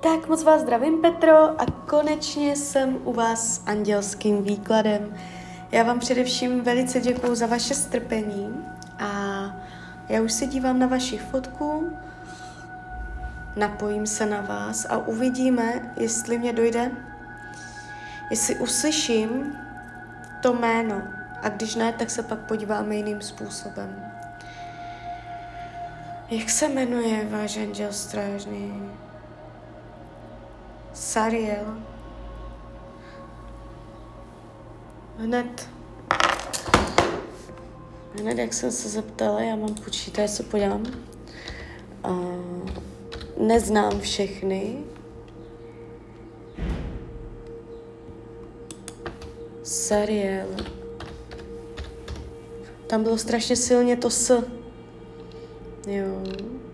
Tak moc vás zdravím, Petro, a konečně jsem u vás s andělským výkladem. Já vám především velice děkuju za vaše strpení a já už se dívám na vaši fotku, napojím se na vás a uvidíme, jestli mě dojde, jestli uslyším to jméno, a když ne, tak se pak podíváme jiným způsobem. Jak se jmenuje váš anděl strážný? Sariel. Hned, jak jsem se zeptala, já mám počítač, se podívám. Neznám všechny. Sariel. Tam bylo strašně silně to S. Jo.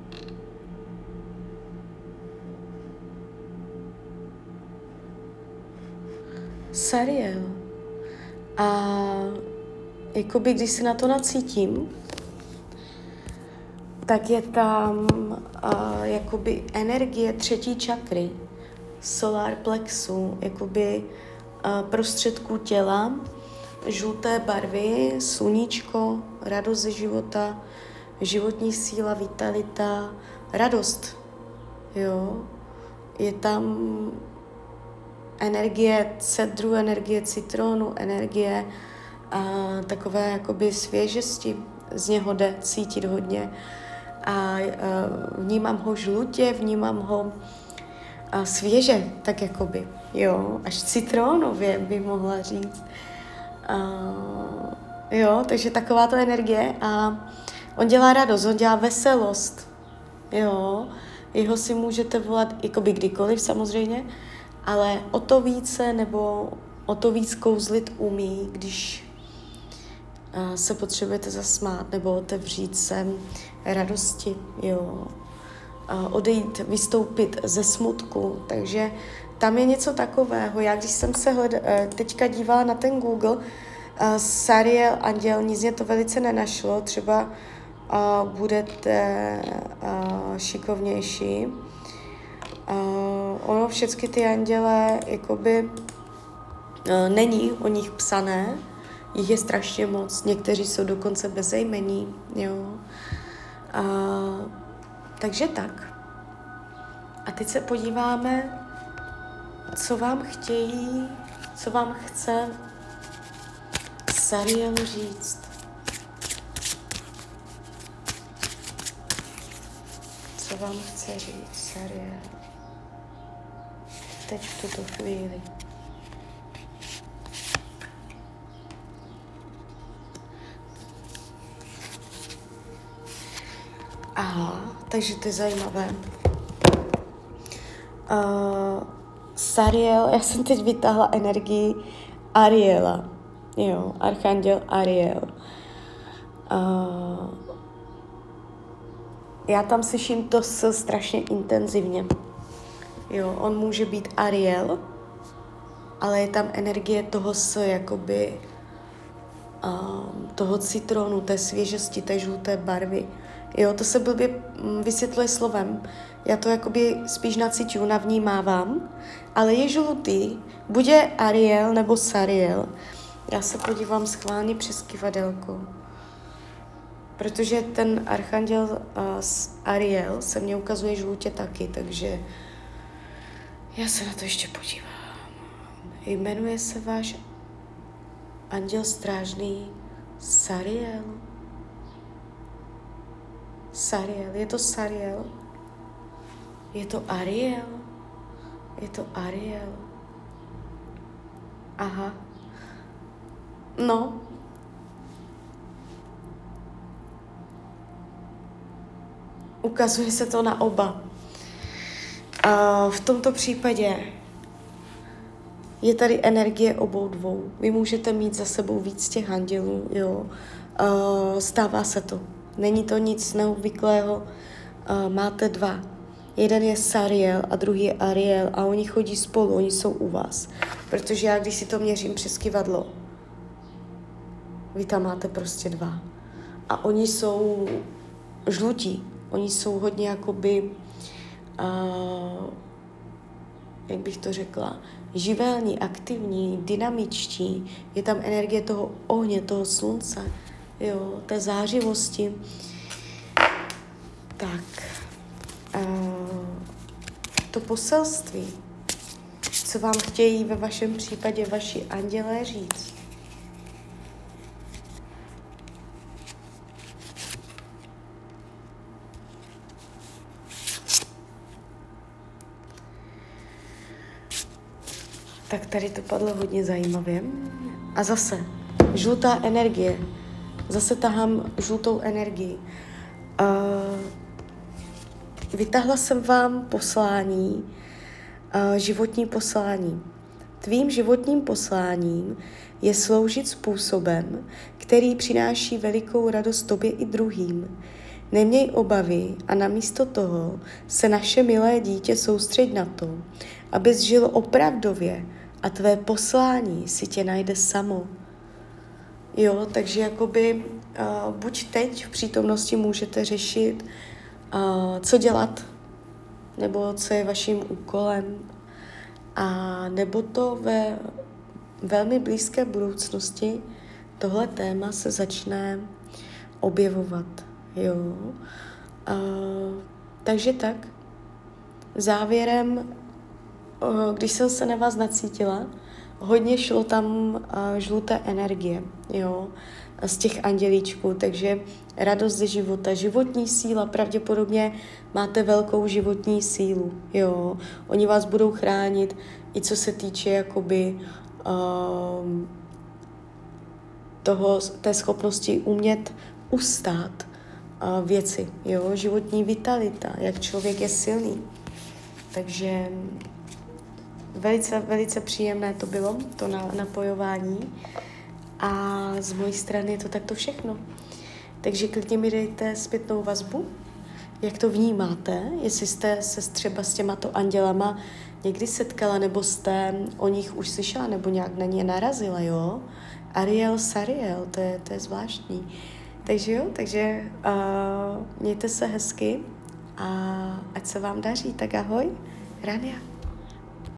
Sariel. A jakoby, když si na to nacítím, tak je tam jakoby energie třetí čakry, solar plexu, jakoby prostředků těla, žluté barvy, sluníčko, radost ze života, životní síla, vitalita, radost. Jo. Je tam energie cedru, energie citronu, energie takové jakoby svěžesti, z něho jde cítit hodně. A vnímám ho žlutě, vnímám ho svěže, tak jakoby, jo, až citronově by mohla říct. Jo, takže taková to energie a on dělá radost, on dělá veselost, jo, jeho si můžete volat jakoby kdykoliv samozřejmě, ale o to více nebo o to víc kouzlit umí, když se potřebujete zasmát nebo otevřít se radosti, jo. Odejít, vystoupit ze smutku, takže tam je něco takového. Já když jsem se teďka dívala na ten Google, Sariel anděl, nic mě to velice nenašlo, třeba budete šikovnější. Ono všechny ty anděle, jakoby není o nich psané, jich je strašně moc, někteří jsou dokonce bez jmení, jo. Takže tak. A teď se podíváme, co vám chtějí, co vám chce Sariel říct. Co vám chce říct Sariel? Teď v tuto chvíli. Aha, takže to je zajímavé. Sariel, já jsem teď vytáhla energii Ariela. Jo, archanděl Ariel. Já tam slyším to S strašně intenzivně. Jo, on může být Ariel, ale je tam energie toho S, jakoby toho citronu, té svěžosti, té žluté barvy. Jo, to se blbě vysvětluje slovem. Já to jakoby spíš nacíťuju, navnímávám, ale je žlutý, buď je Ariel nebo Sariel. Já se podívám schválně přes kyvadelko, protože ten archanděl Ariel se mně ukazuje žlutě taky, takže já se na to ještě podívám. Jmenuje se váš anděl strážný Sariel? Sariel, je to Sariel? Je to Ariel? Je to Ariel? Aha. No. Ukazuje se to na oba. V tomto případě je tady energie obou dvou. Vy můžete mít za sebou víc těch andělů, jo. Stává se to. Není to nic neobvyklého. Máte dva. Jeden je Sariel a druhý je Ariel a oni chodí spolu, oni jsou u vás. Protože já, když si to měřím přes kyvadlo, vy tam máte prostě dva. A oni jsou žlutí. Oni jsou hodně jakoby jak bych to řekla, živelní, aktivní, dynamičtí. Je tam energie toho ohně, toho slunce, jo, té zářivosti. Tak, to poselství, co vám chtějí ve vašem případě vaši andělé říct. Tak tady to padlo hodně zajímavě. A zase, žlutá energie. Zase tahám žlutou energii. Vytáhla jsem vám poslání, životní poslání. Tvým životním posláním je sloužit způsobem, který přináší velikou radost tobě i druhým. Neměj obavy a namísto toho se naše milé dítě soustřeď na to, abys žil opravdově a tvé poslání si tě najde samo. Jo, takže jakoby buď teď v přítomnosti můžete řešit, co dělat, nebo co je vaším úkolem, a nebo to ve velmi blízké budoucnosti tohle téma se začne objevovat. Jo. Takže tak, závěrem, když jsem se na vás nacítila, hodně šlo tam žluté energie, jo, z těch andělíčků, takže radost ze života, životní síla, pravděpodobně máte velkou životní sílu, jo. Oni vás budou chránit, i co se týče jakoby té schopnosti umět ustát věci, jo, životní vitalita, jak člověk je silný. Takže velice, velice příjemné to bylo, to napojování, a z mojí strany je to takto všechno. Takže klidně mi dejte zpětnou vazbu, jak to vnímáte, jestli jste se třeba s těmato andělama někdy setkala, nebo jste o nich už slyšela, nebo nějak na ně narazila, jo? Ariel, Sariel, to je zvláštní. Takže jo, mějte se hezky a ať se vám daří, tak ahoj, Rania.